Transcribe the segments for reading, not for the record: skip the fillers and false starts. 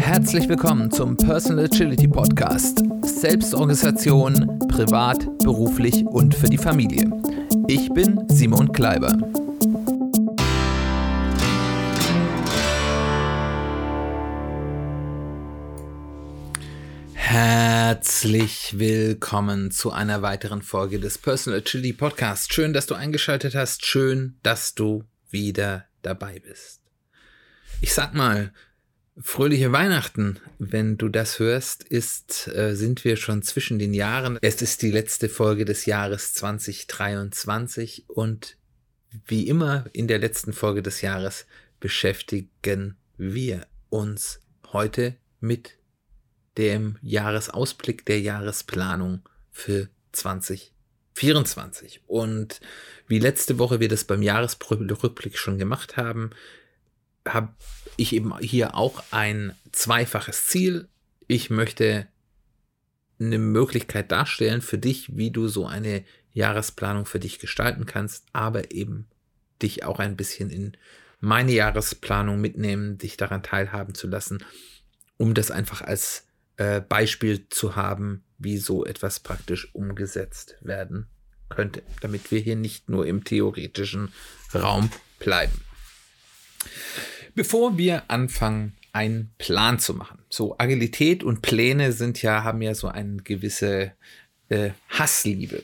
Herzlich willkommen zum Personal Agility Podcast. Selbstorganisation, privat, beruflich und für die Familie. Ich bin Simon Kleiber. Herzlich willkommen zu einer weiteren Folge des Personal Agility Podcasts. Schön, dass du eingeschaltet hast. Schön, dass du wieder dabei bist. Ich sag mal, fröhliche Weihnachten, wenn du das hörst, sind wir schon zwischen den Jahren. Es ist die letzte Folge des Jahres 2023 und wie immer in der letzten Folge des Jahres beschäftigen wir uns heute mit dem Jahresausblick, der Jahresplanung für 2024. Und wie letzte Woche wir das beim Jahresrückblick schon gemacht haben, habe ich eben hier auch ein zweifaches Ziel. Ich möchte eine Möglichkeit darstellen für dich, wie du so eine Jahresplanung für dich gestalten kannst, aber eben dich auch ein bisschen in meine Jahresplanung mitnehmen, dich daran teilhaben zu lassen, um das einfach als Beispiel zu haben, wie so etwas praktisch umgesetzt werden könnte, damit wir hier nicht nur im theoretischen Raum bleiben. Bevor wir anfangen, einen Plan zu machen. So Agilität und Pläne haben ja so eine gewisse Hassliebe.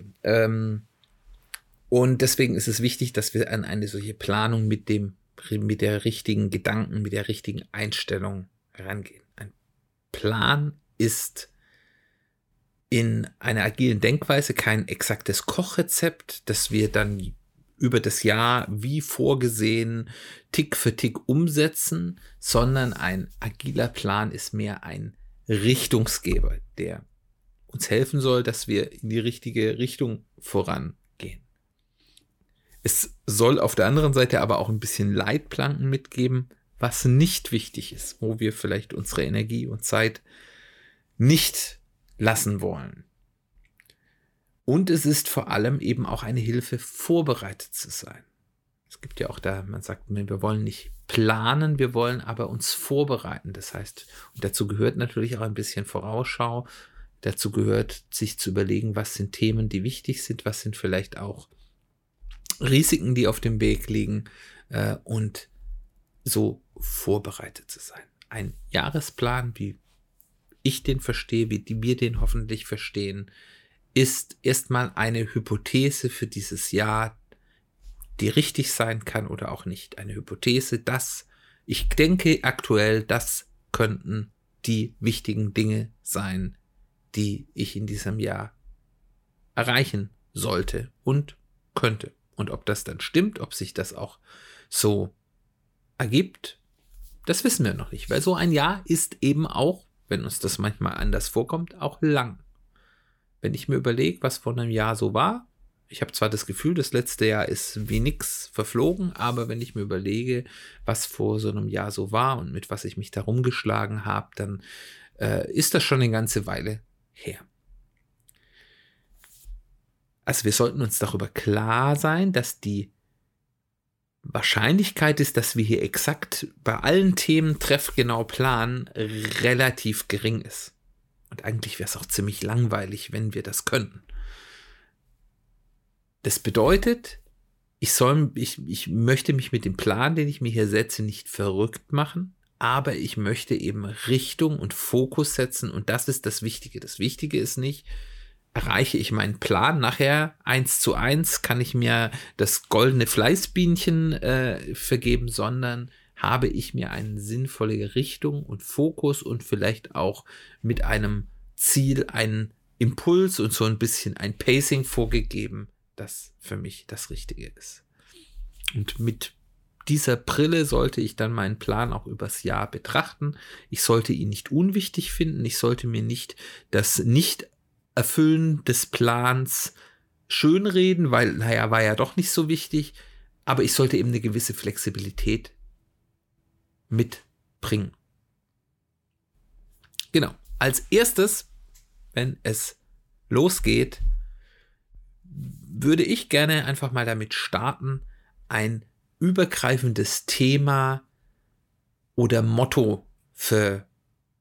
Und deswegen ist es wichtig, dass wir an eine solche Planung mit der richtigen Gedanken, mit der richtigen Einstellung rangehen. Ein Plan ist in einer agilen Denkweise kein exaktes Kochrezept, das wir dann über das Jahr wie vorgesehen Tick für Tick umsetzen, sondern ein agiler Plan ist mehr ein Richtungsgeber, der uns helfen soll, dass wir in die richtige Richtung vorangehen. Es soll auf der anderen Seite aber auch ein bisschen Leitplanken mitgeben, was nicht wichtig ist, wo wir vielleicht unsere Energie und Zeit nicht lassen wollen. Und es ist vor allem eben auch eine Hilfe, vorbereitet zu sein. Es gibt ja auch man sagt, wir wollen nicht planen, wir wollen aber uns vorbereiten. Das heißt, und dazu gehört natürlich auch ein bisschen Vorausschau. Dazu gehört, sich zu überlegen, was sind Themen, die wichtig sind, was sind vielleicht auch Risiken, die auf dem Weg liegen, und so vorbereitet zu sein. Ein Jahresplan, wie ich den verstehe, wie wir den hoffentlich verstehen, ist erstmal eine Hypothese für dieses Jahr, die richtig sein kann oder auch nicht. Eine Hypothese, dass ich denke aktuell, das könnten die wichtigen Dinge sein, die ich in diesem Jahr erreichen sollte und könnte. Und ob das dann stimmt, ob sich das auch so ergibt, das wissen wir noch nicht. Weil so ein Jahr ist eben auch, wenn uns das manchmal anders vorkommt, auch lang. Wenn ich mir überlege, was vor einem Jahr so war, ich habe zwar das Gefühl, das letzte Jahr ist wie nix verflogen, aber wenn ich mir überlege, was vor so einem Jahr so war und mit was ich mich da rumgeschlagen habe, dann ist das schon eine ganze Weile her. Also wir sollten uns darüber klar sein, dass die Wahrscheinlichkeit ist, dass wir hier exakt bei allen Themen treffgenau planen, relativ gering ist. Und eigentlich wäre es auch ziemlich langweilig, wenn wir das könnten. Das bedeutet, ich möchte mich mit dem Plan, den ich mir hier setze, nicht verrückt machen, aber ich möchte eben Richtung und Fokus setzen und das ist das Wichtige. Das Wichtige ist nicht, erreiche ich meinen Plan nachher 1:1, kann ich mir das goldene Fleißbienchen vergeben, sondern habe ich mir eine sinnvolle Richtung und Fokus und vielleicht auch mit einem Ziel einen Impuls und so ein bisschen ein Pacing vorgegeben, das für mich das Richtige ist. Und mit dieser Brille sollte ich dann meinen Plan auch übers Jahr betrachten. Ich sollte ihn nicht unwichtig finden, ich sollte mir nicht das Nicht-Erfüllen des Plans schönreden, weil, war ja doch nicht so wichtig, aber ich sollte eben eine gewisse Flexibilität mitbringen. Genau. Als erstes, wenn es losgeht, würde ich gerne einfach mal damit starten, ein übergreifendes Thema oder Motto für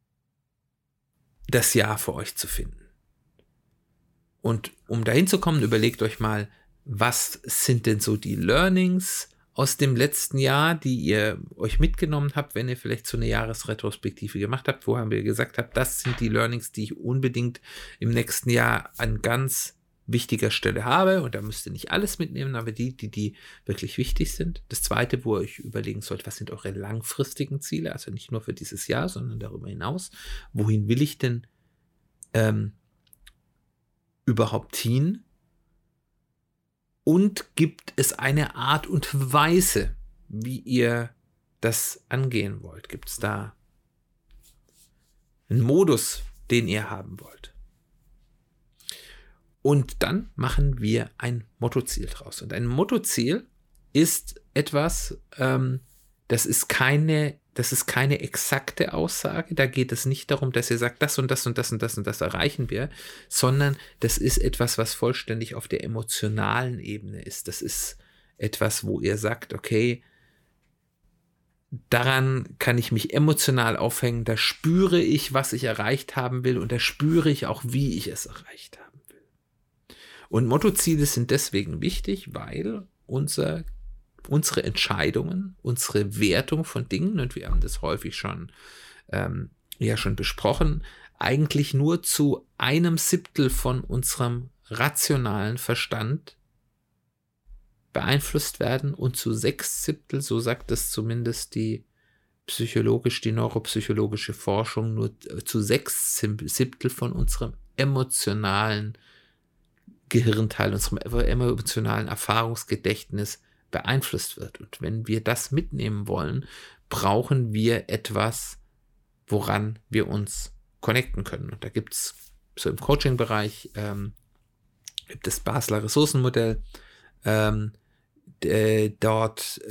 das Jahr für euch zu finden. Und um dahin zu kommen, überlegt euch mal, was sind denn so die Learnings aus dem letzten Jahr, die ihr euch mitgenommen habt, wenn ihr vielleicht so eine Jahresretrospektive gemacht habt, wo haben wir gesagt habt, das sind die Learnings, die ich unbedingt im nächsten Jahr an ganz wichtiger Stelle habe. Und da müsst ihr nicht alles mitnehmen, aber die wirklich wichtig sind. Das Zweite, wo ihr euch überlegen sollt, was sind eure langfristigen Ziele, also nicht nur für dieses Jahr, sondern darüber hinaus. Wohin will ich denn überhaupt hin? Und gibt es eine Art und Weise, wie ihr das angehen wollt? Gibt es da einen Modus, den ihr haben wollt? Und dann machen wir ein Mottoziel draus. Und ein Mottoziel ist etwas, das ist keine exakte Aussage. Da geht es nicht darum, dass ihr sagt, das und das und das und das und das erreichen wir, sondern das ist etwas, was vollständig auf der emotionalen Ebene ist. Das ist etwas, wo ihr sagt, okay, daran kann ich mich emotional aufhängen, da spüre ich, was ich erreicht haben will und da spüre ich auch, wie ich es erreicht haben will. Und Mottoziele sind deswegen wichtig, weil unsere Entscheidungen, unsere Wertung von Dingen, und wir haben das häufig schon besprochen, eigentlich nur zu 1/7 von unserem rationalen Verstand beeinflusst werden und zu 6/7, so sagt es zumindest die neuropsychologische Forschung, nur zu 6/7 von unserem emotionalen Gehirnteil, unserem emotionalen Erfahrungsgedächtnis beeinflusst wird. Und wenn wir das mitnehmen wollen, brauchen wir etwas, woran wir uns connecten können. Und da gibt es so im Coaching-Bereich gibt es Basler Ressourcenmodell. Dort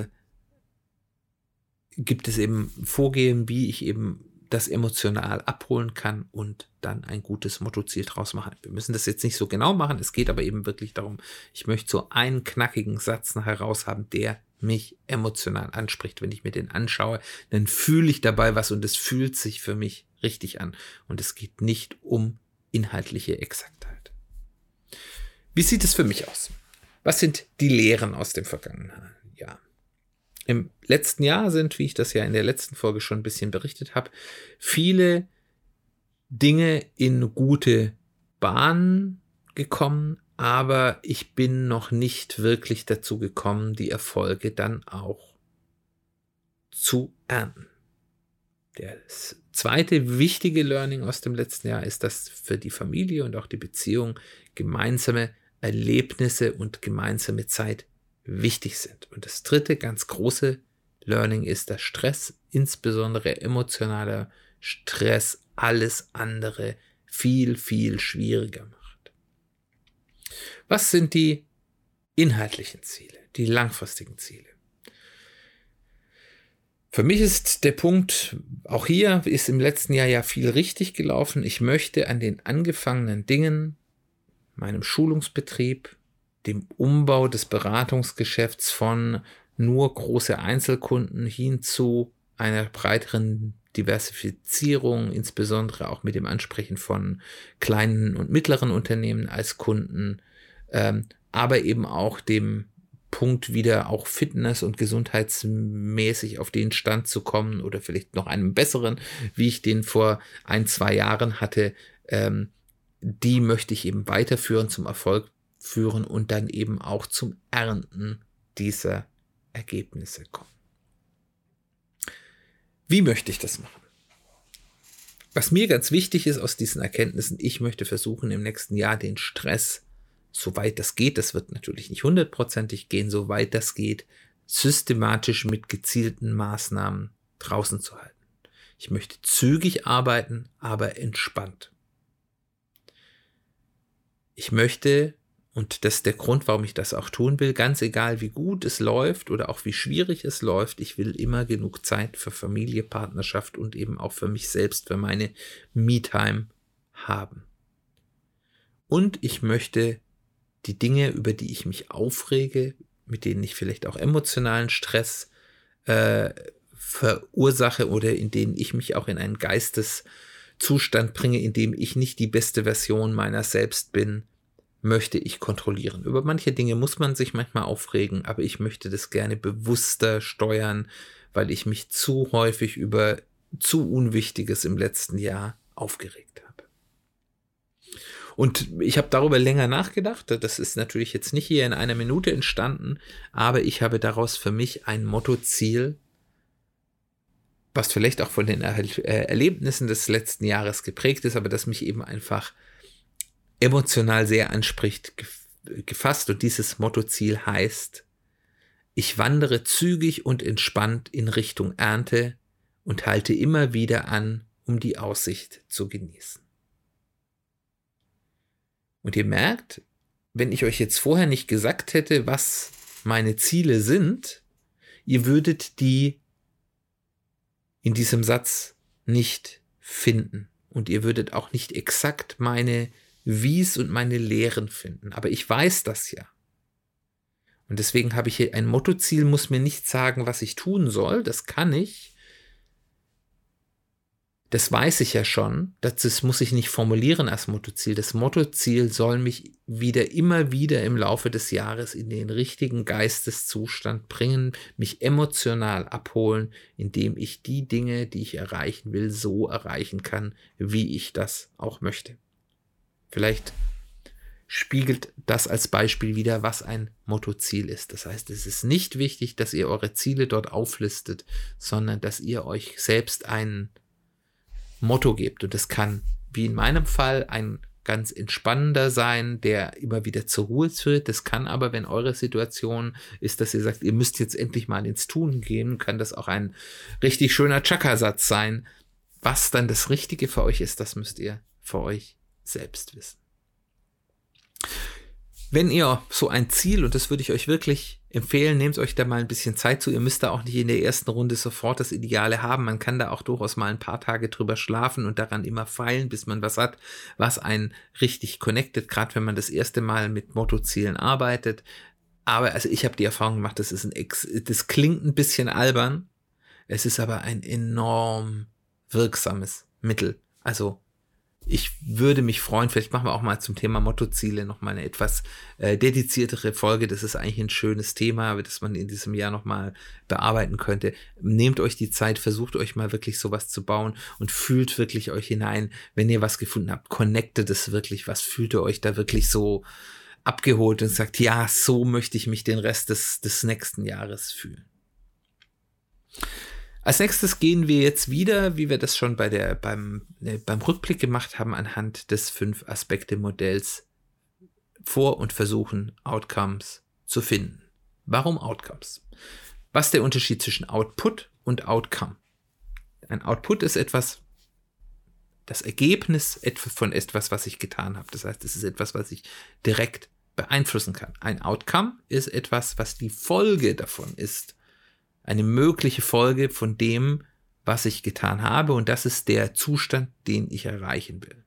gibt es eben Vorgehen, wie ich eben das emotional abholen kann und dann ein gutes Mottoziel draus machen. Wir müssen das jetzt nicht so genau machen, es geht aber eben wirklich darum, ich möchte so einen knackigen Satz nachher raus haben, der mich emotional anspricht. Wenn ich mir den anschaue, dann fühle ich dabei was und es fühlt sich für mich richtig an. Und es geht nicht um inhaltliche Exaktheit. Wie sieht es für mich aus? Was sind die Lehren aus dem vergangenen Jahr? Im letzten Jahr sind, wie ich das ja in der letzten Folge schon ein bisschen berichtet habe, viele Dinge in gute Bahnen gekommen, aber ich bin noch nicht wirklich dazu gekommen, die Erfolge dann auch zu ernten. Das zweite wichtige Learning aus dem letzten Jahr ist, dass für die Familie und auch die Beziehung gemeinsame Erlebnisse und gemeinsame Zeit wichtig sind. Und das dritte ganz große Learning ist, dass Stress, insbesondere emotionaler Stress, alles andere viel, viel schwieriger macht. Was sind die inhaltlichen Ziele, die langfristigen Ziele? Für mich ist der Punkt, auch hier ist im letzten Jahr ja viel richtig gelaufen. Ich möchte an den angefangenen Dingen, meinem Schulungsbetrieb, dem Umbau des Beratungsgeschäfts von nur große Einzelkunden hin zu einer breiteren Diversifizierung, insbesondere auch mit dem Ansprechen von kleinen und mittleren Unternehmen als Kunden, aber eben auch dem Punkt wieder auch fitness- und gesundheitsmäßig auf den Stand zu kommen oder vielleicht noch einen besseren, wie ich den vor 1-2 Jahren hatte, die möchte ich eben weiterführen, zum Erfolg führen und dann eben auch zum Ernten dieser Ergebnisse kommen. Wie möchte ich das machen? Was mir ganz wichtig ist aus diesen Erkenntnissen, ich möchte versuchen, im nächsten Jahr den Stress, soweit das geht, das wird natürlich nicht 100%ig gehen, soweit das geht, systematisch mit gezielten Maßnahmen draußen zu halten. Ich möchte zügig arbeiten, aber entspannt. Ich möchte, und das ist der Grund, warum ich das auch tun will, ganz egal wie gut es läuft oder auch wie schwierig es läuft, ich will immer genug Zeit für Familie, Partnerschaft und eben auch für mich selbst, für meine Me-Time haben. Und ich möchte die Dinge, über die ich mich aufrege, mit denen ich vielleicht auch emotionalen Stress verursache oder in denen ich mich auch in einen Zustand bringe, in dem ich nicht die beste Version meiner selbst bin, möchte ich kontrollieren. Über manche Dinge muss man sich manchmal aufregen, aber ich möchte das gerne bewusster steuern, weil ich mich zu häufig über zu Unwichtiges im letzten Jahr aufgeregt habe. Und ich habe darüber länger nachgedacht. Das ist natürlich jetzt nicht hier in einer Minute entstanden, aber ich habe daraus für mich ein Mottoziel, was vielleicht auch von den Erlebnissen des letzten Jahres geprägt ist, aber das mich eben einfach emotional sehr anspricht, gefasst. Und dieses Mottoziel heißt: Ich wandere zügig und entspannt in Richtung Ernte und halte immer wieder an, um die Aussicht zu genießen. Und ihr merkt, wenn ich euch jetzt vorher nicht gesagt hätte, was meine Ziele sind, ihr würdet die in diesem Satz nicht finden. Und ihr würdet auch nicht exakt meine Wies und meine Lehren finden. Aber ich weiß das ja. Und deswegen habe ich hier ein Mottoziel, muss mir nicht sagen, was ich tun soll. Das kann ich. Das weiß ich ja schon. Das muss ich nicht formulieren als Mottoziel. Das Mottoziel soll mich immer wieder im Laufe des Jahres in den richtigen Geisteszustand bringen, mich emotional abholen, indem ich die Dinge, die ich erreichen will, so erreichen kann, wie ich das auch möchte. Vielleicht spiegelt das als Beispiel wieder, was ein Mottoziel ist. Das heißt, es ist nicht wichtig, dass ihr eure Ziele dort auflistet, sondern dass ihr euch selbst ein Motto gebt. Und das kann, wie in meinem Fall, ein ganz entspannender sein, der immer wieder zur Ruhe führt. Das kann aber, wenn eure Situation ist, dass ihr sagt, ihr müsst jetzt endlich mal ins Tun gehen, kann das auch ein richtig schöner Chakra-Satz sein. Was dann das Richtige für euch ist, das müsst ihr für euch selbst wissen. Wenn ihr so ein Ziel, und das würde ich euch wirklich empfehlen, nehmt euch da mal ein bisschen Zeit zu. Ihr müsst da auch nicht in der ersten Runde sofort das Ideale haben. Man kann da auch durchaus mal ein paar Tage drüber schlafen und daran immer feilen, bis man was hat, was einen richtig connectet, gerade wenn man das erste Mal mit Mottozielen arbeitet. Aber also ich habe die Erfahrung gemacht, das klingt ein bisschen albern, es ist aber ein enorm wirksames Mittel. Also ich würde mich freuen, vielleicht machen wir auch mal zum Thema Mottoziele nochmal eine etwas dediziertere Folge. Das ist eigentlich ein schönes Thema, das man in diesem Jahr nochmal bearbeiten könnte. Nehmt euch die Zeit, versucht euch mal wirklich sowas zu bauen und fühlt wirklich euch hinein, wenn ihr was gefunden habt, connectet es wirklich, was fühlt ihr euch da wirklich so abgeholt und sagt, ja, so möchte ich mich den Rest des nächsten Jahres fühlen. Als nächstes gehen wir jetzt wieder, wie wir das schon beim Rückblick gemacht haben, anhand des 5-Aspekte-Modells vor und versuchen, Outcomes zu finden. Warum Outcomes? Was ist der Unterschied zwischen Output und Outcome? Ein Output ist das Ergebnis von etwas, was ich getan habe. Das heißt, es ist etwas, was ich direkt beeinflussen kann. Ein Outcome ist etwas, was die Folge davon ist. Eine mögliche Folge von dem, was ich getan habe, und das ist der Zustand, den ich erreichen will.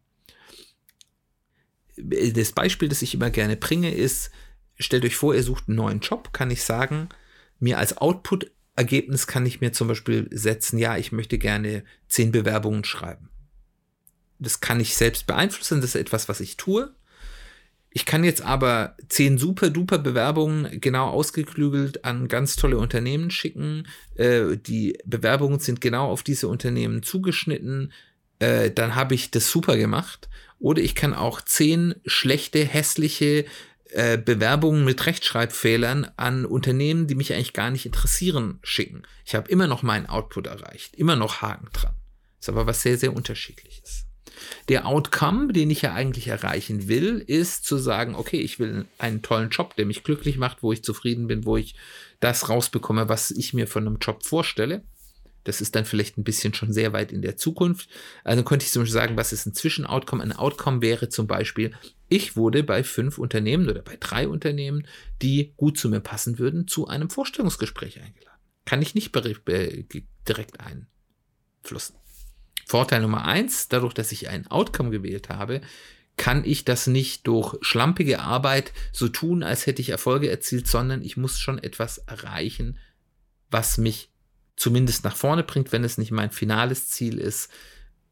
Das Beispiel, das ich immer gerne bringe, ist, stellt euch vor, ihr sucht einen neuen Job, kann ich sagen, mir als Output-Ergebnis kann ich mir zum Beispiel setzen, ja, ich möchte gerne 10 Bewerbungen schreiben. Das kann ich selbst beeinflussen, das ist etwas, was ich tue. Ich kann jetzt aber 10 super-duper Bewerbungen genau ausgeklügelt an ganz tolle Unternehmen schicken. Die Bewerbungen sind genau auf diese Unternehmen zugeschnitten. Dann habe ich das super gemacht. Oder ich kann auch 10 schlechte, hässliche Bewerbungen mit Rechtschreibfehlern an Unternehmen, die mich eigentlich gar nicht interessieren, schicken. Ich habe immer noch meinen Output erreicht. Immer noch Haken dran. Das ist aber was sehr, sehr Unterschiedliches. Der Outcome, den ich ja eigentlich erreichen will, ist zu sagen, okay, ich will einen tollen Job, der mich glücklich macht, wo ich zufrieden bin, wo ich das rausbekomme, was ich mir von einem Job vorstelle. Das ist dann vielleicht ein bisschen schon sehr weit in der Zukunft. Also könnte ich zum Beispiel sagen, was ist ein Zwischenoutcome? Ein Outcome wäre zum Beispiel, ich wurde bei 5 Unternehmen oder bei 3 Unternehmen, die gut zu mir passen würden, zu einem Vorstellungsgespräch eingeladen. Kann ich nicht direkt einflussen. Vorteil Nummer 1, dadurch, dass ich ein Outcome gewählt habe, kann ich das nicht durch schlampige Arbeit so tun, als hätte ich Erfolge erzielt, sondern ich muss schon etwas erreichen, was mich zumindest nach vorne bringt, wenn es nicht mein finales Ziel ist,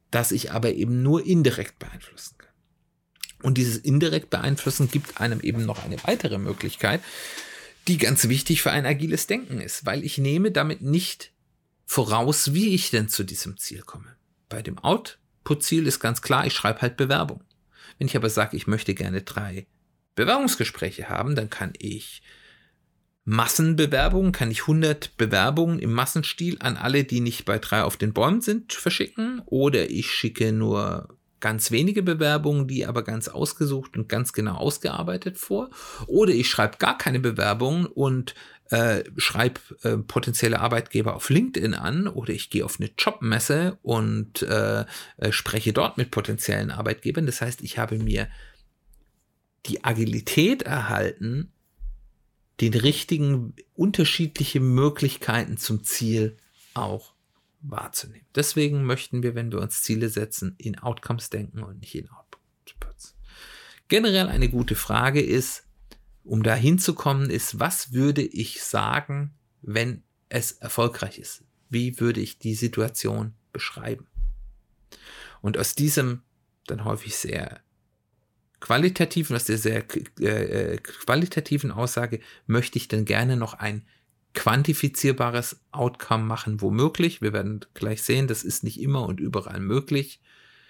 das ich aber eben nur indirekt beeinflussen kann. Und dieses indirekt beeinflussen gibt einem eben noch eine weitere Möglichkeit, die ganz wichtig für ein agiles Denken ist, weil ich nehme damit nicht voraus, wie ich denn zu diesem Ziel komme. Bei dem Output-Ziel ist ganz klar, ich schreibe halt Bewerbung. Wenn ich aber sage, ich möchte gerne 3 Bewerbungsgespräche haben, dann kann ich Massenbewerbungen, kann ich 100 Bewerbungen im Massenstil an alle, die nicht bei 3 auf den Bäumen sind, verschicken. Oder ich schicke nur ganz wenige Bewerbungen, die aber ganz ausgesucht und ganz genau ausgearbeitet vor. Oder ich schreibe gar keine Bewerbungen und schreibe potenzielle Arbeitgeber auf LinkedIn an. Oder ich gehe auf eine Jobmesse und spreche dort mit potenziellen Arbeitgebern. Das heißt, ich habe mir die Agilität erhalten, den richtigen, unterschiedliche Möglichkeiten zum Ziel auch wahrzunehmen. Deswegen möchten wir, wenn wir uns Ziele setzen, in Outcomes denken und nicht in Outputs. Generell eine gute Frage ist, um da hinzukommen, ist, was würde ich sagen, wenn es erfolgreich ist? Wie würde ich die Situation beschreiben? Und aus diesem dann häufig sehr qualitativen, aus der sehr qualitativen Aussage möchte ich dann gerne noch ein quantifizierbares Outcome machen, womöglich. Wir werden gleich sehen, das ist nicht immer und überall möglich.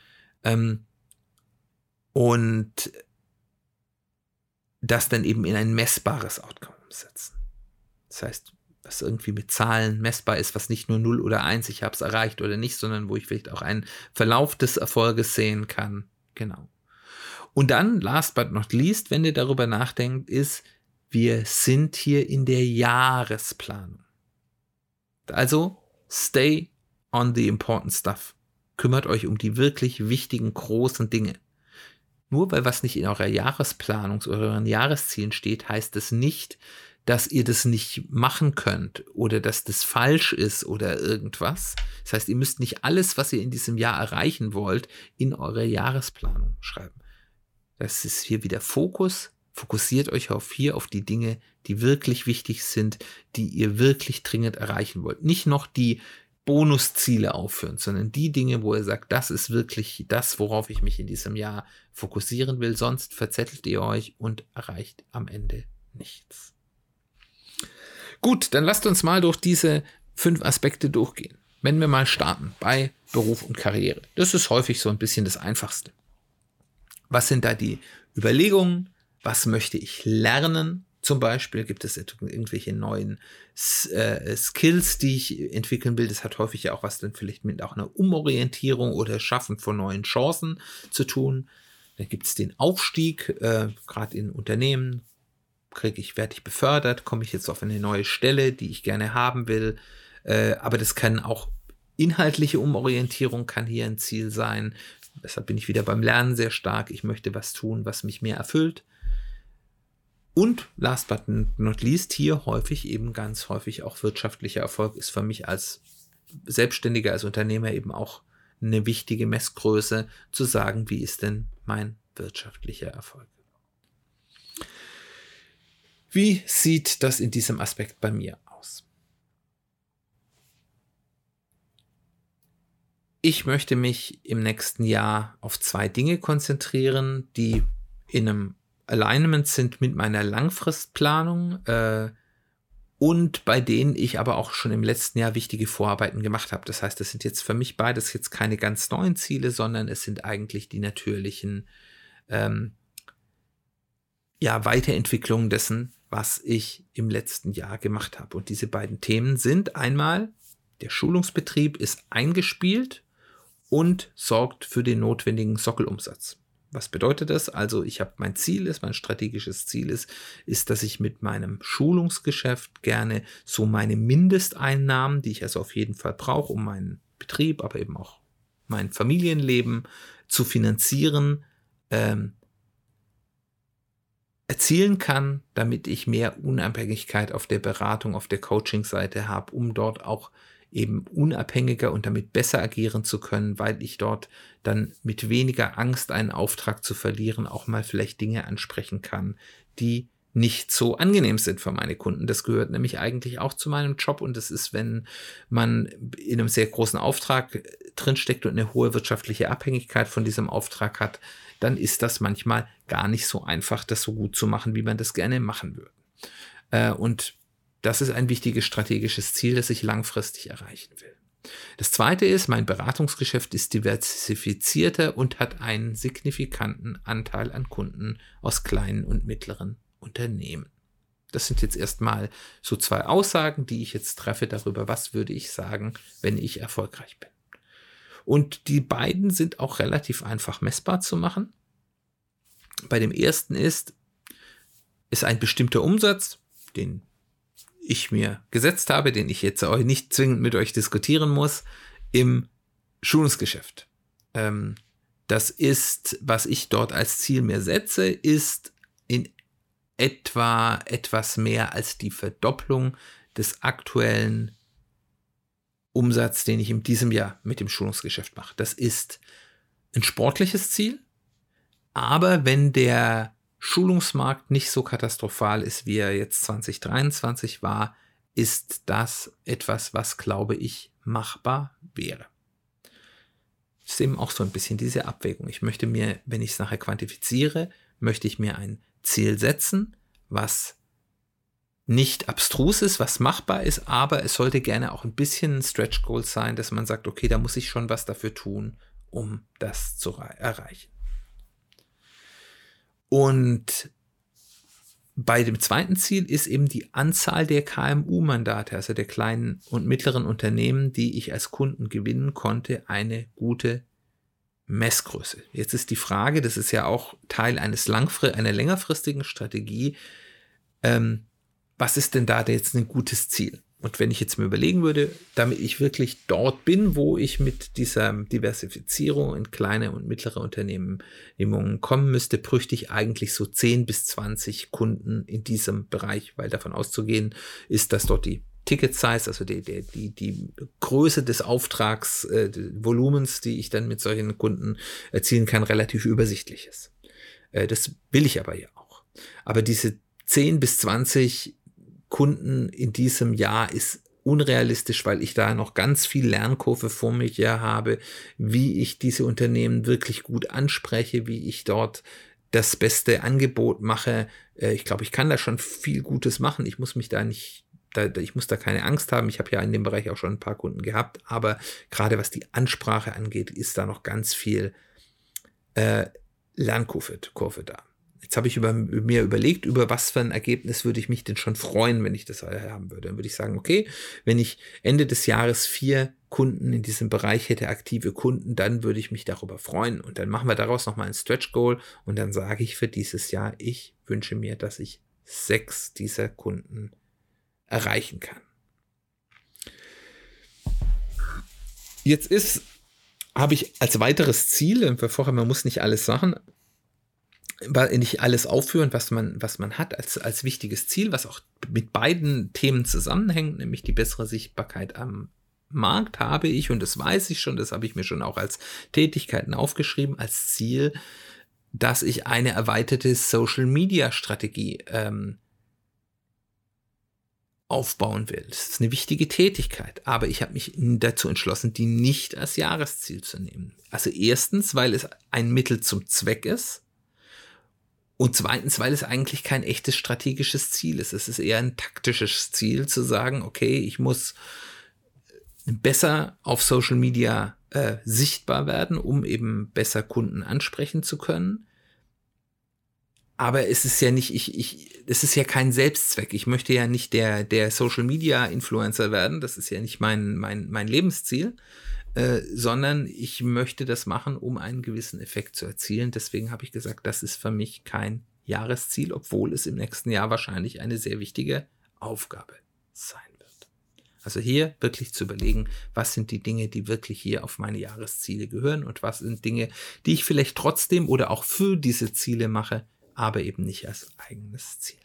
Und das dann eben in ein messbares Outcome umsetzen. Das heißt, was irgendwie mit Zahlen messbar ist, was nicht nur 0 oder 1, ich habe es erreicht oder nicht, sondern wo ich vielleicht auch einen Verlauf des Erfolges sehen kann. Genau. Und dann, last but not least, wenn ihr darüber nachdenkt, ist, wir sind hier in der Jahresplanung. Also, stay on the important stuff. Kümmert euch um die wirklich wichtigen, großen Dinge. Nur weil was nicht in eurer Jahresplanung, euren Jahreszielen steht, heißt es nicht, dass ihr das nicht machen könnt oder dass das falsch ist oder irgendwas. Das heißt, ihr müsst nicht alles, was ihr in diesem Jahr erreichen wollt, in eure Jahresplanung schreiben. Das ist hier wieder Fokus. Fokussiert euch auf die Dinge, die wirklich wichtig sind, die ihr wirklich dringend erreichen wollt. Nicht noch die Bonusziele aufführen, sondern die Dinge, wo ihr sagt, das ist wirklich das, worauf ich mich in diesem Jahr fokussieren will. Sonst verzettelt ihr euch und erreicht am Ende nichts. Gut, dann lasst uns mal durch diese 5 Aspekte durchgehen. Wenn wir mal starten bei Beruf und Karriere. Das ist häufig so ein bisschen das Einfachste. Was sind da die Überlegungen? Was möchte ich lernen? Zum Beispiel gibt es irgendwelche neuen Skills, die ich entwickeln will. Das hat häufig ja auch was dann vielleicht mit auch einer Umorientierung oder Schaffen von neuen Chancen zu tun. Dann gibt es den Aufstieg, gerade in Unternehmen. Werde ich befördert? Komme ich jetzt auf eine neue Stelle, die ich gerne haben will? Aber das kann auch inhaltliche Umorientierung kann hier ein Ziel sein. Deshalb bin ich wieder beim Lernen sehr stark. Ich möchte was tun, was mich mehr erfüllt. Und last but not least hier ganz häufig auch wirtschaftlicher Erfolg ist für mich als Selbstständiger, als Unternehmer eben auch eine wichtige Messgröße, zu sagen, wie ist denn mein wirtschaftlicher Erfolg? Wie sieht das in diesem Aspekt bei mir aus? Ich möchte mich im nächsten Jahr auf 2 Dinge konzentrieren, die in einem Alignment sind mit meiner Langfristplanung und bei denen ich aber auch schon im letzten Jahr wichtige Vorarbeiten gemacht habe. Das heißt, das sind jetzt für mich beides jetzt keine ganz neuen Ziele, sondern es sind eigentlich die natürlichen Weiterentwicklungen dessen, was ich im letzten Jahr gemacht habe. Und diese beiden Themen sind einmal, der Schulungsbetrieb ist eingespielt und sorgt für den notwendigen Sockelumsatz. Was bedeutet das? Also mein strategisches Ziel ist, dass ich mit meinem Schulungsgeschäft gerne so meine Mindesteinnahmen, die ich also auf jeden Fall brauche, um meinen Betrieb, aber eben auch mein Familienleben zu finanzieren, erzielen kann, damit ich mehr Unabhängigkeit auf der Beratung, auf der Coaching-Seite habe, um dort auch eben unabhängiger und damit besser agieren zu können, weil ich dort dann mit weniger Angst, einen Auftrag zu verlieren, auch mal vielleicht Dinge ansprechen kann, die nicht so angenehm sind für meine Kunden. Das gehört nämlich eigentlich auch zu meinem Job und das ist, wenn man in einem sehr großen Auftrag drinsteckt und eine hohe wirtschaftliche Abhängigkeit von diesem Auftrag hat, dann ist das manchmal gar nicht so einfach, das so gut zu machen, wie man das gerne machen würde. Und das ist ein wichtiges strategisches Ziel, das ich langfristig erreichen will. Das zweite ist, mein Beratungsgeschäft ist diversifizierter und hat einen signifikanten Anteil an Kunden aus kleinen und mittleren Unternehmen. Das sind jetzt erstmal so 2 Aussagen, die ich jetzt treffe darüber, was würde ich sagen, wenn ich erfolgreich bin. Und die beiden sind auch relativ einfach messbar zu machen. Bei dem ersten ist ein bestimmter Umsatz, den ich mir gesetzt habe, den ich jetzt auch nicht zwingend mit euch diskutieren muss, im Schulungsgeschäft. Das ist, was ich dort als Ziel mir setze, ist in etwa etwas mehr als die Verdopplung des aktuellen Umsatzes, den ich in diesem Jahr mit dem Schulungsgeschäft mache. Das ist ein sportliches Ziel, aber wenn der Schulungsmarkt nicht so katastrophal ist, wie er jetzt 2023 war, ist das etwas, was, glaube ich, machbar wäre. Das ist eben auch so ein bisschen diese Abwägung. Ich möchte mir, wenn ich es nachher quantifiziere, möchte ich mir ein Ziel setzen, was nicht abstrus ist, was machbar ist, aber es sollte gerne auch ein bisschen ein Stretch Goal sein, dass man sagt, okay, da muss ich schon was dafür tun, um das zu erreichen. Und bei dem zweiten Ziel ist eben die Anzahl der KMU-Mandate, also der kleinen und mittleren Unternehmen, die ich als Kunden gewinnen konnte, eine gute Messgröße. Jetzt ist die Frage, das ist ja auch Teil einer längerfristigen Strategie, was ist denn da jetzt ein gutes Ziel? Und wenn ich jetzt mir überlegen würde, damit ich wirklich dort bin, wo ich mit dieser Diversifizierung in kleine und mittlere Unternehmungen kommen müsste, bräuchte ich eigentlich so 10 bis 20 Kunden in diesem Bereich, weil davon auszugehen ist, dass dort die Ticket Size, also die Größe des Auftragsvolumens, die ich dann mit solchen Kunden erzielen kann, relativ übersichtlich ist. Das will ich aber ja auch. Aber diese 10 bis 20 Kunden in diesem Jahr ist unrealistisch, weil ich da noch ganz viel Lernkurve vor mir habe, wie ich diese Unternehmen wirklich gut anspreche, wie ich dort das beste Angebot mache. Ich glaube, ich kann da schon viel Gutes machen. Ich muss mich da nicht, ich muss da keine Angst haben. Ich habe ja in dem Bereich auch schon ein paar Kunden gehabt, aber gerade was die Ansprache angeht, ist da noch ganz viel Lernkurve da. Jetzt habe ich mir überlegt, über was für ein Ergebnis würde ich mich denn schon freuen, wenn ich das haben würde. Dann würde ich sagen, okay, wenn ich Ende des Jahres 4 Kunden in diesem Bereich hätte, aktive Kunden, dann würde ich mich darüber freuen. Und dann machen wir daraus nochmal ein Stretch Goal und dann sage ich für dieses Jahr, ich wünsche mir, dass ich 6 dieser Kunden erreichen kann. Jetzt habe ich als weiteres Ziel, vorher, man muss nicht alles machen, nicht alles aufführen, was man hat als wichtiges Ziel, was auch mit beiden Themen zusammenhängt, nämlich die bessere Sichtbarkeit am Markt habe ich, und das weiß ich schon, das habe ich mir schon auch als Tätigkeiten aufgeschrieben, als Ziel, dass ich eine erweiterte Social-Media-Strategie aufbauen will. Das ist eine wichtige Tätigkeit, aber ich habe mich dazu entschlossen, die nicht als Jahresziel zu nehmen. Also erstens, weil es ein Mittel zum Zweck ist, und zweitens, weil es eigentlich kein echtes strategisches Ziel ist. Es ist eher ein taktisches Ziel, zu sagen, okay, ich muss besser auf Social Media sichtbar werden, um eben besser Kunden ansprechen zu können. Aber es ist ja nicht, es ist ja kein Selbstzweck. Ich möchte ja nicht der Social Media Influencer werden. Das ist ja nicht mein Lebensziel. Sondern ich möchte das machen, um einen gewissen Effekt zu erzielen. Deswegen habe ich gesagt, das ist für mich kein Jahresziel, obwohl es im nächsten Jahr wahrscheinlich eine sehr wichtige Aufgabe sein wird. Also hier wirklich zu überlegen, was sind die Dinge, die wirklich hier auf meine Jahresziele gehören und was sind Dinge, die ich vielleicht trotzdem oder auch für diese Ziele mache, aber eben nicht als eigenes Ziel.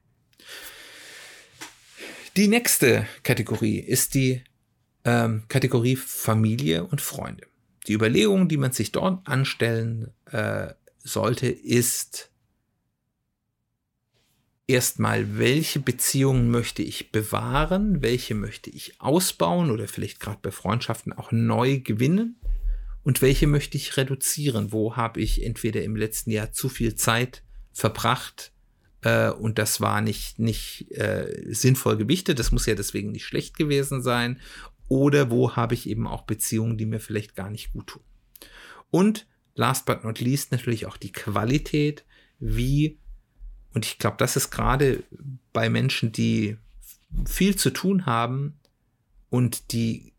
Die nächste Kategorie ist die Kategorie Familie und Freunde. Die Überlegung, die man sich dort anstellen sollte, ist erstmal, welche Beziehungen möchte ich bewahren, welche möchte ich ausbauen oder vielleicht gerade bei Freundschaften auch neu gewinnen und welche möchte ich reduzieren. Wo habe ich entweder im letzten Jahr zu viel Zeit verbracht und das war nicht sinnvoll gewichtet, das muss ja deswegen nicht schlecht gewesen sein, oder wo habe ich eben auch Beziehungen, die mir vielleicht gar nicht gut tun. Und last but not least natürlich auch die Qualität, und ich glaube, das ist gerade bei Menschen, die viel zu tun haben und die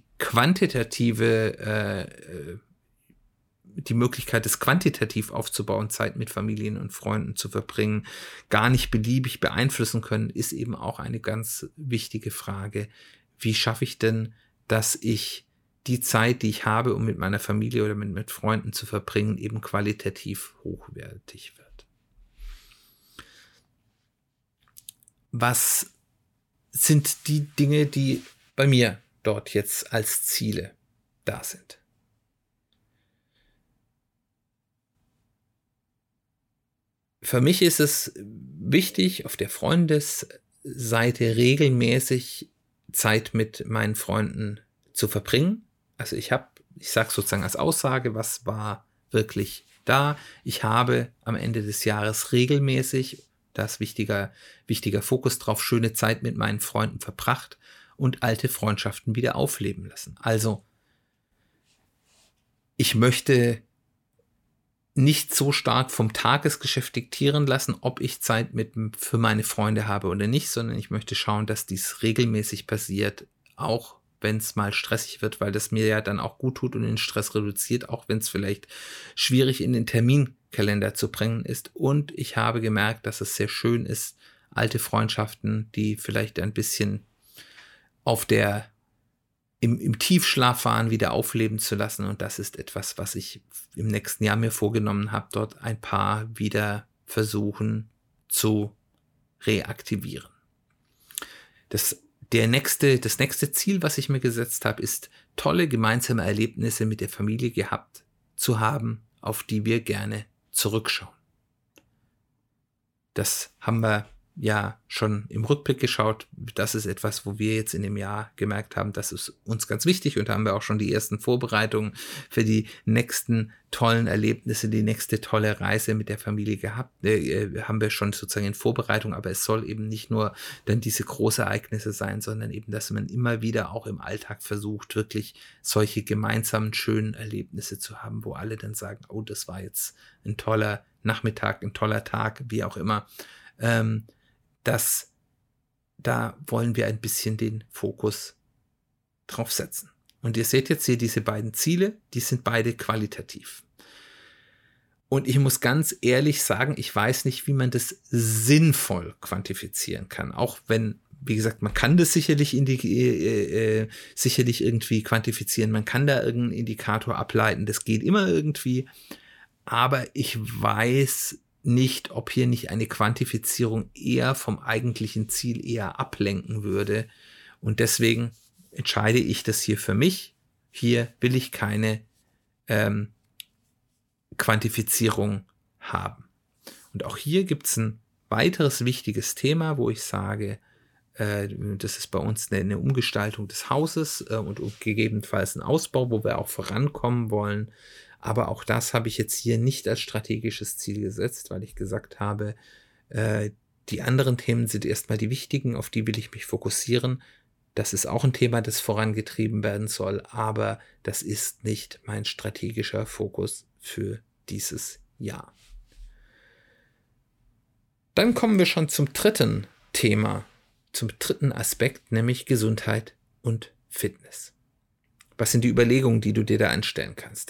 quantitative, die Möglichkeit, es quantitativ aufzubauen, Zeit mit Familien und Freunden zu verbringen, gar nicht beliebig beeinflussen können, ist eben auch eine ganz wichtige Frage. Wie schaffe ich denn, dass ich die Zeit, die ich habe, um mit meiner Familie oder mit Freunden zu verbringen, eben qualitativ hochwertig wird? Was sind die Dinge, die bei mir dort jetzt als Ziele da sind? Für mich ist es wichtig, auf der Freundesseite regelmäßig Zeit mit meinen Freunden zu verbringen. Also ich sage sozusagen als Aussage, was war wirklich da. Ich habe am Ende des Jahres regelmäßig, da ist wichtiger Fokus drauf, schöne Zeit mit meinen Freunden verbracht und alte Freundschaften wieder aufleben lassen. Also ich möchte nicht so stark vom Tagesgeschäft diktieren lassen, ob ich Zeit für meine Freunde habe oder nicht, sondern ich möchte schauen, dass dies regelmäßig passiert, auch wenn es mal stressig wird, weil das mir ja dann auch gut tut und den Stress reduziert, auch wenn es vielleicht schwierig in den Terminkalender zu bringen ist. Und ich habe gemerkt, dass es sehr schön ist, alte Freundschaften, die vielleicht ein bisschen im Tiefschlaf waren, wieder aufleben zu lassen. Und das ist etwas, was ich im nächsten Jahr mir vorgenommen habe, dort ein paar wieder versuchen zu reaktivieren. Das nächste Ziel, was ich mir gesetzt habe, ist, tolle gemeinsame Erlebnisse mit der Familie gehabt zu haben, auf die wir gerne zurückschauen. Das haben wir ja schon im Rückblick geschaut. Das ist etwas, wo wir jetzt in dem Jahr gemerkt haben, das ist uns ganz wichtig, und da haben wir auch schon die ersten Vorbereitungen für die nächsten tollen Erlebnisse, die nächste tolle Reise mit der Familie gehabt, haben wir schon sozusagen in Vorbereitung, aber es soll eben nicht nur dann diese großen Ereignisse sein, sondern eben, dass man immer wieder auch im Alltag versucht, wirklich solche gemeinsamen schönen Erlebnisse zu haben, wo alle dann sagen, oh, das war jetzt ein toller Nachmittag, ein toller Tag, wie auch immer. Da wollen wir ein bisschen den Fokus drauf setzen. Und ihr seht jetzt hier diese beiden Ziele, die sind beide qualitativ. Und ich muss ganz ehrlich sagen, ich weiß nicht, wie man das sinnvoll quantifizieren kann. Auch wenn, wie gesagt, man kann das sicherlich irgendwie quantifizieren. Man kann da irgendeinen Indikator ableiten. Das geht immer irgendwie. Aber ich weiß nicht, ob hier nicht eine Quantifizierung eher vom eigentlichen Ziel eher ablenken würde. Und deswegen entscheide ich das hier für mich. Hier will ich keine Quantifizierung haben. Und auch hier gibt es ein weiteres wichtiges Thema, wo ich sage, das ist bei uns eine Umgestaltung des Hauses und gegebenenfalls ein Ausbau, wo wir auch vorankommen wollen. Aber auch das habe ich jetzt hier nicht als strategisches Ziel gesetzt, weil ich gesagt habe, die anderen Themen sind erstmal die wichtigen, auf die will ich mich fokussieren. Das ist auch ein Thema, das vorangetrieben werden soll, aber das ist nicht mein strategischer Fokus für dieses Jahr. Dann kommen wir schon zum dritten Thema, zum dritten Aspekt, nämlich Gesundheit und Fitness. Was sind die Überlegungen, die du dir da anstellen kannst,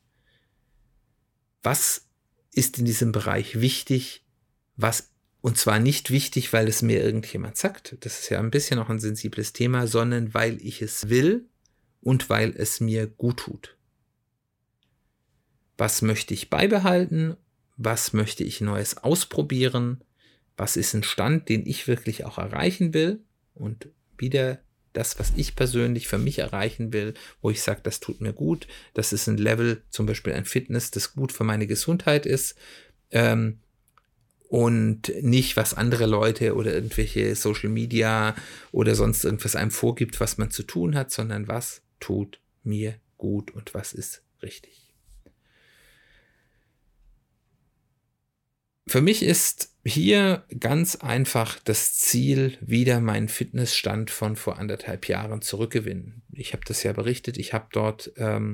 was ist in diesem Bereich wichtig, und zwar nicht wichtig, weil es mir irgendjemand sagt, das ist ja ein bisschen auch ein sensibles Thema, sondern weil ich es will und weil es mir gut tut. Was möchte ich beibehalten? Was möchte ich Neues ausprobieren? Was ist ein Stand, den ich wirklich auch erreichen will? Und wieder das, was ich persönlich für mich erreichen will, wo ich sage, das tut mir gut, das ist ein Level, zum Beispiel ein Fitness, das gut für meine Gesundheit ist. Und und nicht, was andere Leute oder irgendwelche Social Media oder sonst irgendwas einem vorgibt, was man zu tun hat, sondern was tut mir gut und was ist richtig. Für mich ist hier ganz einfach das Ziel, wieder meinen Fitnessstand von vor 1,5 Jahren zurückgewinnen. Ich habe das ja berichtet, ich habe dort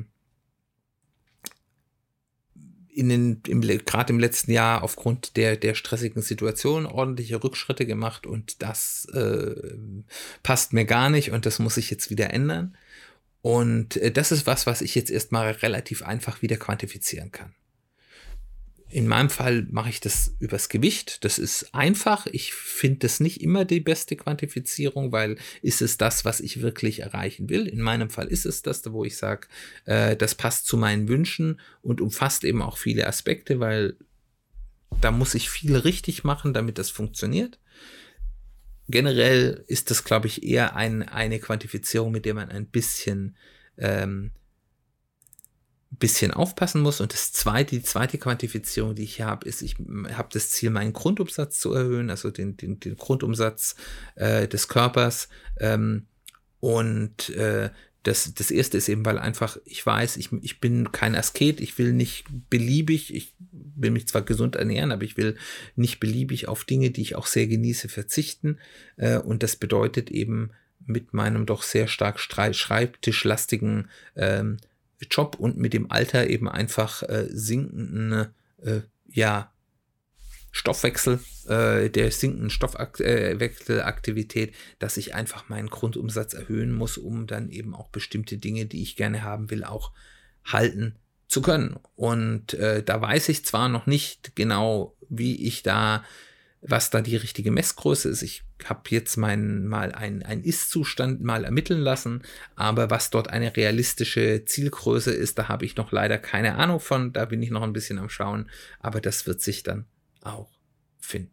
gerade im letzten Jahr aufgrund der stressigen Situation ordentliche Rückschritte gemacht und das passt mir gar nicht und das muss ich jetzt wieder ändern. Und das ist was ich jetzt erstmal relativ einfach wieder quantifizieren kann. In meinem Fall mache ich das übers Gewicht. Das ist einfach. Ich finde das nicht immer die beste Quantifizierung, weil ist es das, was ich wirklich erreichen will? In meinem Fall ist es das, wo ich sage, das passt zu meinen Wünschen und umfasst eben auch viele Aspekte, weil da muss ich viel richtig machen, damit das funktioniert. Generell ist das, glaube ich, eher eine Quantifizierung, mit der man ein bisschen aufpassen muss. Und die zweite Quantifizierung, die ich hier habe, ist, ich habe das Ziel, meinen Grundumsatz zu erhöhen, also den Grundumsatz des Körpers. Das erste ist eben, weil einfach, ich weiß, ich bin kein Asket, ich will nicht beliebig, ich will mich zwar gesund ernähren, aber ich will nicht beliebig auf Dinge, die ich auch sehr genieße, verzichten. Und das bedeutet eben mit meinem doch sehr stark schreibtischlastigen Job und mit dem Alter eben einfach sinkenden Stoffwechsel, der sinkenden Stoffwechselaktivität, dass ich einfach meinen Grundumsatz erhöhen muss, um dann eben auch bestimmte Dinge, die ich gerne haben will, auch halten zu können. Und da weiß ich zwar noch nicht genau, was da die richtige Messgröße ist. Ich habe jetzt mal einen Ist-Zustand mal ermitteln lassen, aber was dort eine realistische Zielgröße ist, da habe ich noch leider keine Ahnung von. Da bin ich noch ein bisschen am Schauen, aber das wird sich dann auch finden.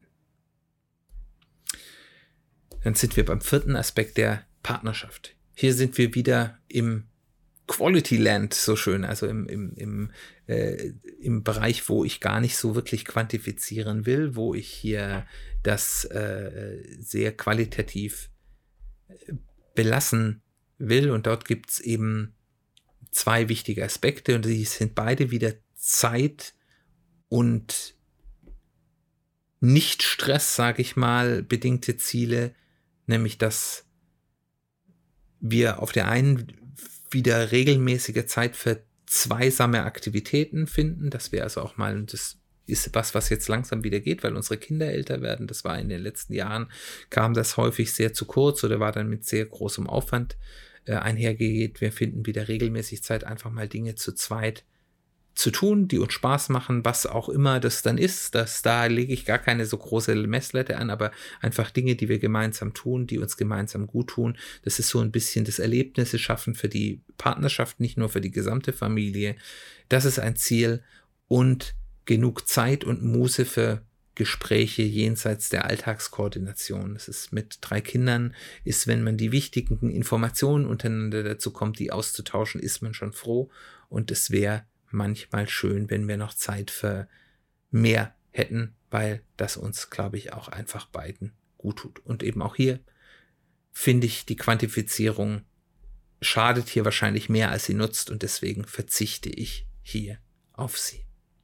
Dann sind wir beim 4. Aspekt der Partnerschaft. Hier sind wir wieder im Quality Land, so schön, also im Bereich, wo ich gar nicht so wirklich quantifizieren will, wo ich hier das sehr qualitativ belassen will. Und dort gibt es eben 2 wichtige Aspekte und die sind beide wieder Zeit und Nicht-Stress, sage ich mal, bedingte Ziele, nämlich dass wir auf der einen wieder regelmäßige Zeit für zweisame Aktivitäten finden, dass wir also auch mal, das ist was jetzt langsam wieder geht, weil unsere Kinder älter werden, das war in den letzten Jahren, kam das häufig sehr zu kurz oder war dann mit sehr großem Aufwand einhergeht. Wir finden wieder regelmäßig Zeit, einfach mal Dinge zu zweit zu tun, die uns Spaß machen, was auch immer das dann ist, da lege ich gar keine so große Messlatte an, aber einfach Dinge, die wir gemeinsam tun, die uns gemeinsam gut tun. Das ist so ein bisschen das Erlebnisse schaffen für die Partnerschaft, nicht nur für die gesamte Familie. Das ist ein Ziel und genug Zeit und Muße für Gespräche jenseits der Alltagskoordination. Das ist mit 3 Kindern, wenn man die wichtigen Informationen untereinander dazu kommt, die auszutauschen, ist man schon froh und es wäre manchmal schön, wenn wir noch Zeit für mehr hätten, weil das uns, glaube ich, auch einfach beiden gut tut. Und eben auch hier finde ich, die Quantifizierung schadet hier wahrscheinlich mehr, als sie nutzt und deswegen verzichte ich hier auf sie.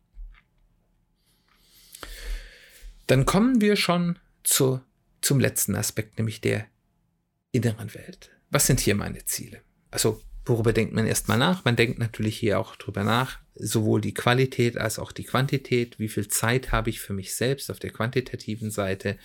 Dann kommen wir schon zum letzten Aspekt, nämlich der inneren Welt. Was sind hier meine Ziele? Also worüber denkt man erstmal nach? Man denkt natürlich hier auch drüber nach, sowohl die Qualität als auch die Quantität. Wie viel Zeit habe ich für mich selbst auf der quantitativen Seite,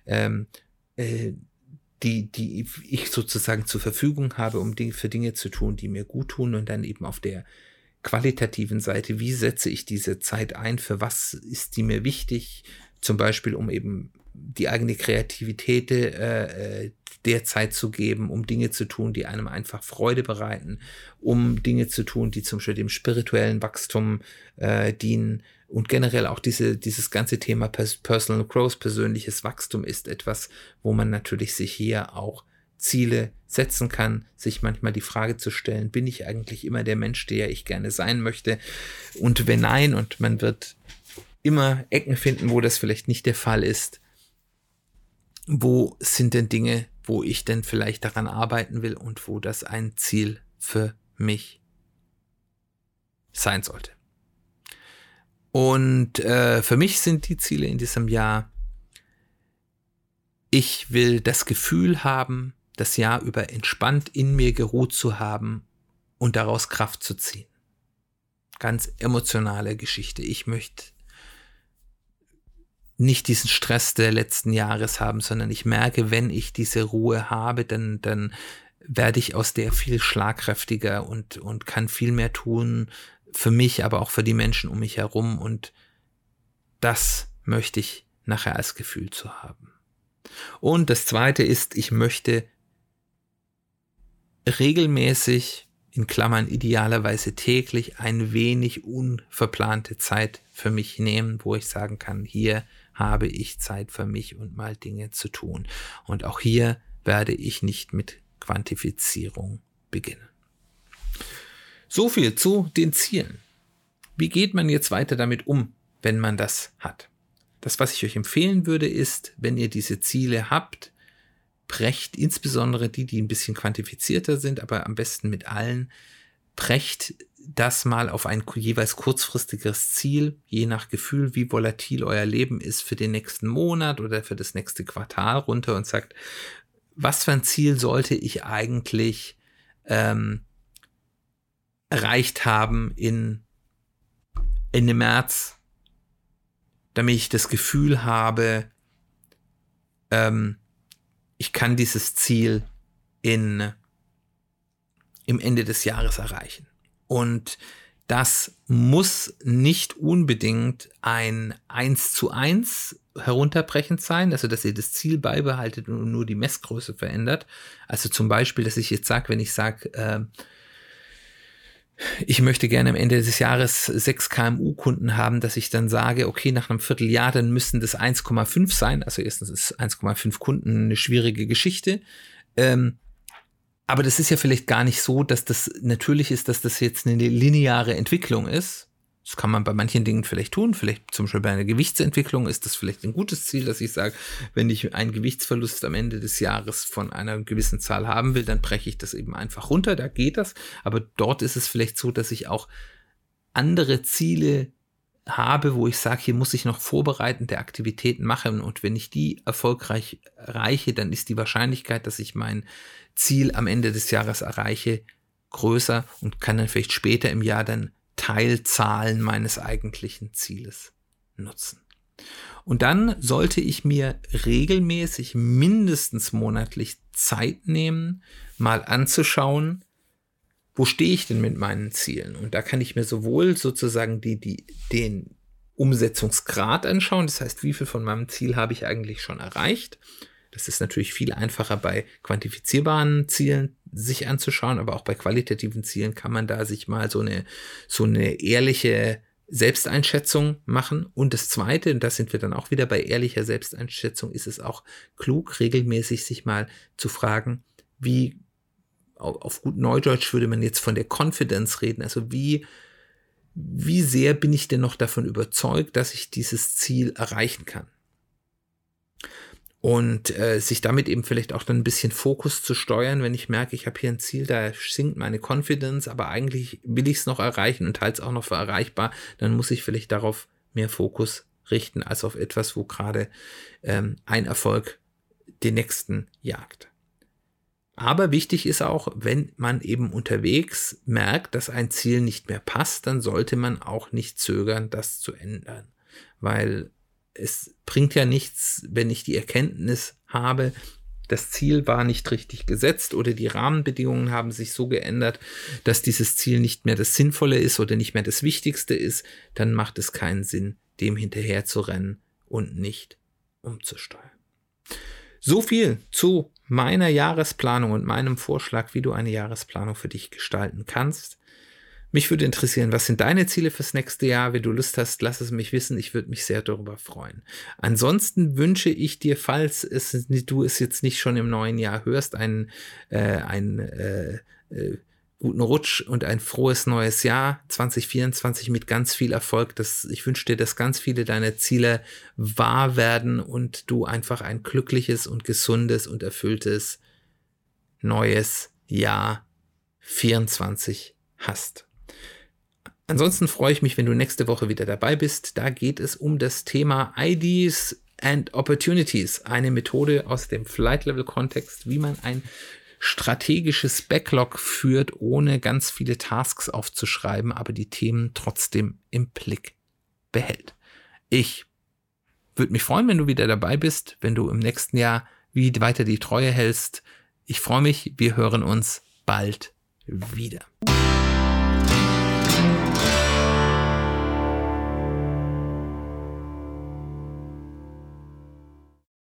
die ich sozusagen zur Verfügung habe, um für Dinge zu tun, die mir gut tun. Und dann eben auf der qualitativen Seite, wie setze ich diese Zeit ein? Für was ist die mir wichtig? Zum Beispiel, um eben die eigene Kreativität der Zeit zu geben, um Dinge zu tun, die einem einfach Freude bereiten, um Dinge zu tun, die zum Beispiel dem spirituellen Wachstum dienen. Und generell auch dieses ganze Thema Personal Growth, persönliches Wachstum ist etwas, wo man natürlich sich hier auch Ziele setzen kann, sich manchmal die Frage zu stellen, bin ich eigentlich immer der Mensch, der ich gerne sein möchte? Und wenn nein, und man wird immer Ecken finden, wo das vielleicht nicht der Fall ist. Wo sind denn Dinge, wo ich denn vielleicht daran arbeiten will und wo das ein Ziel für mich sein sollte. Und für mich sind die Ziele in diesem Jahr: Ich will das Gefühl haben, das Jahr über entspannt in mir geruht zu haben und daraus Kraft zu ziehen. Ganz emotionale Geschichte. Ich möchte nicht diesen Stress der letzten Jahres haben, sondern ich merke, wenn ich diese Ruhe habe, dann werde ich aus der viel schlagkräftiger und kann viel mehr tun für mich, aber auch für die Menschen um mich herum. Und das möchte ich nachher als Gefühl zu haben. Und das Zweite ist, ich möchte regelmäßig, in Klammern idealerweise täglich, ein wenig unverplante Zeit für mich nehmen, wo ich sagen kann, hier habe ich Zeit für mich und mal Dinge zu tun. Und auch hier werde ich nicht mit Quantifizierung beginnen. So viel zu den Zielen. Wie geht man jetzt weiter damit um, wenn man das hat? Das, was ich euch empfehlen würde, ist, wenn ihr diese Ziele habt, brecht insbesondere die ein bisschen quantifizierter sind, aber am besten mit allen, brecht das mal auf ein jeweils kurzfristiges Ziel, je nach Gefühl, wie volatil euer Leben ist, für den nächsten Monat oder für das nächste Quartal runter und sagt, was für ein Ziel sollte ich eigentlich erreicht haben in Ende März, damit ich das Gefühl habe, ich kann dieses Ziel im Ende des Jahres erreichen. Und das muss nicht unbedingt ein 1:1 herunterbrechend sein, also dass ihr das Ziel beibehaltet und nur die Messgröße verändert. Also zum Beispiel, dass ich jetzt sage, wenn ich sage, ich möchte gerne am Ende des Jahres 6 KMU-Kunden haben, dass ich dann sage, okay, nach einem Vierteljahr, dann müssen das 1,5 sein. Also erstens ist 1,5 Kunden eine schwierige Geschichte. Aber das ist ja vielleicht gar nicht so, dass das natürlich ist, dass das jetzt eine lineare Entwicklung ist. Das kann man bei manchen Dingen vielleicht tun. Vielleicht zum Beispiel bei einer Gewichtsentwicklung ist das vielleicht ein gutes Ziel, dass ich sage, wenn ich einen Gewichtsverlust am Ende des Jahres von einer gewissen Zahl haben will, dann breche ich das eben einfach runter. Da geht das. Aber dort ist es vielleicht so, dass ich auch andere Ziele habe, wo ich sage, hier muss ich noch vorbereitende Aktivitäten machen. Und wenn ich die erfolgreich erreiche, dann ist die Wahrscheinlichkeit, dass ich mein Ziel am Ende des Jahres erreiche, größer und kann dann vielleicht später im Jahr dann Teilzahlen meines eigentlichen Zieles nutzen. Und dann sollte ich mir regelmäßig, mindestens monatlich Zeit nehmen, mal anzuschauen, wo stehe ich denn mit meinen Zielen? Und da kann ich mir sowohl sozusagen den Umsetzungsgrad anschauen, das heißt, wie viel von meinem Ziel habe ich eigentlich schon erreicht. Das ist natürlich viel einfacher bei quantifizierbaren Zielen sich anzuschauen, aber auch bei qualitativen Zielen kann man da sich mal so eine ehrliche Selbsteinschätzung machen. Und das Zweite, und da sind wir dann auch wieder bei ehrlicher Selbsteinschätzung, ist es auch klug, regelmäßig sich mal zu fragen, wie, auf gut Neudeutsch würde man jetzt von der Confidence reden, also wie sehr bin ich denn noch davon überzeugt, dass ich dieses Ziel erreichen kann? Und sich damit eben vielleicht auch dann ein bisschen Fokus zu steuern, wenn ich merke, ich habe hier ein Ziel, da sinkt meine Confidence, aber eigentlich will ich es noch erreichen und halte es auch noch für erreichbar, dann muss ich vielleicht darauf mehr Fokus richten, als auf etwas, wo gerade ein Erfolg den nächsten jagt. Aber wichtig ist auch, wenn man eben unterwegs merkt, dass ein Ziel nicht mehr passt, dann sollte man auch nicht zögern, das zu ändern, weil es bringt ja nichts, wenn ich die Erkenntnis habe, das Ziel war nicht richtig gesetzt oder die Rahmenbedingungen haben sich so geändert, dass dieses Ziel nicht mehr das Sinnvolle ist oder nicht mehr das Wichtigste ist, dann macht es keinen Sinn, dem hinterher zu rennen und nicht umzusteuern. So viel zu meiner Jahresplanung und meinem Vorschlag, wie du eine Jahresplanung für dich gestalten kannst. Mich würde interessieren, was sind deine Ziele fürs nächste Jahr? Wenn du Lust hast, lass es mich wissen. Ich würde mich sehr darüber freuen. Ansonsten wünsche ich dir, falls du es jetzt nicht schon im neuen Jahr hörst, ein guten Rutsch und ein frohes neues Jahr 2024 mit ganz viel Erfolg. Ich wünsche dir, dass ganz viele deiner Ziele wahr werden und du einfach ein glückliches und gesundes und erfülltes neues Jahr 24 hast. Ansonsten freue ich mich, wenn du nächste Woche wieder dabei bist. Da geht es um das Thema IDs and Opportunities, eine Methode aus dem Flight-Level-Kontext, wie man ein strategisches Backlog führt, ohne ganz viele Tasks aufzuschreiben, aber die Themen trotzdem im Blick behält. Ich würde mich freuen, wenn du wieder dabei bist, wenn du im nächsten Jahr weiter die Treue hältst. Ich freue mich, wir hören uns bald wieder.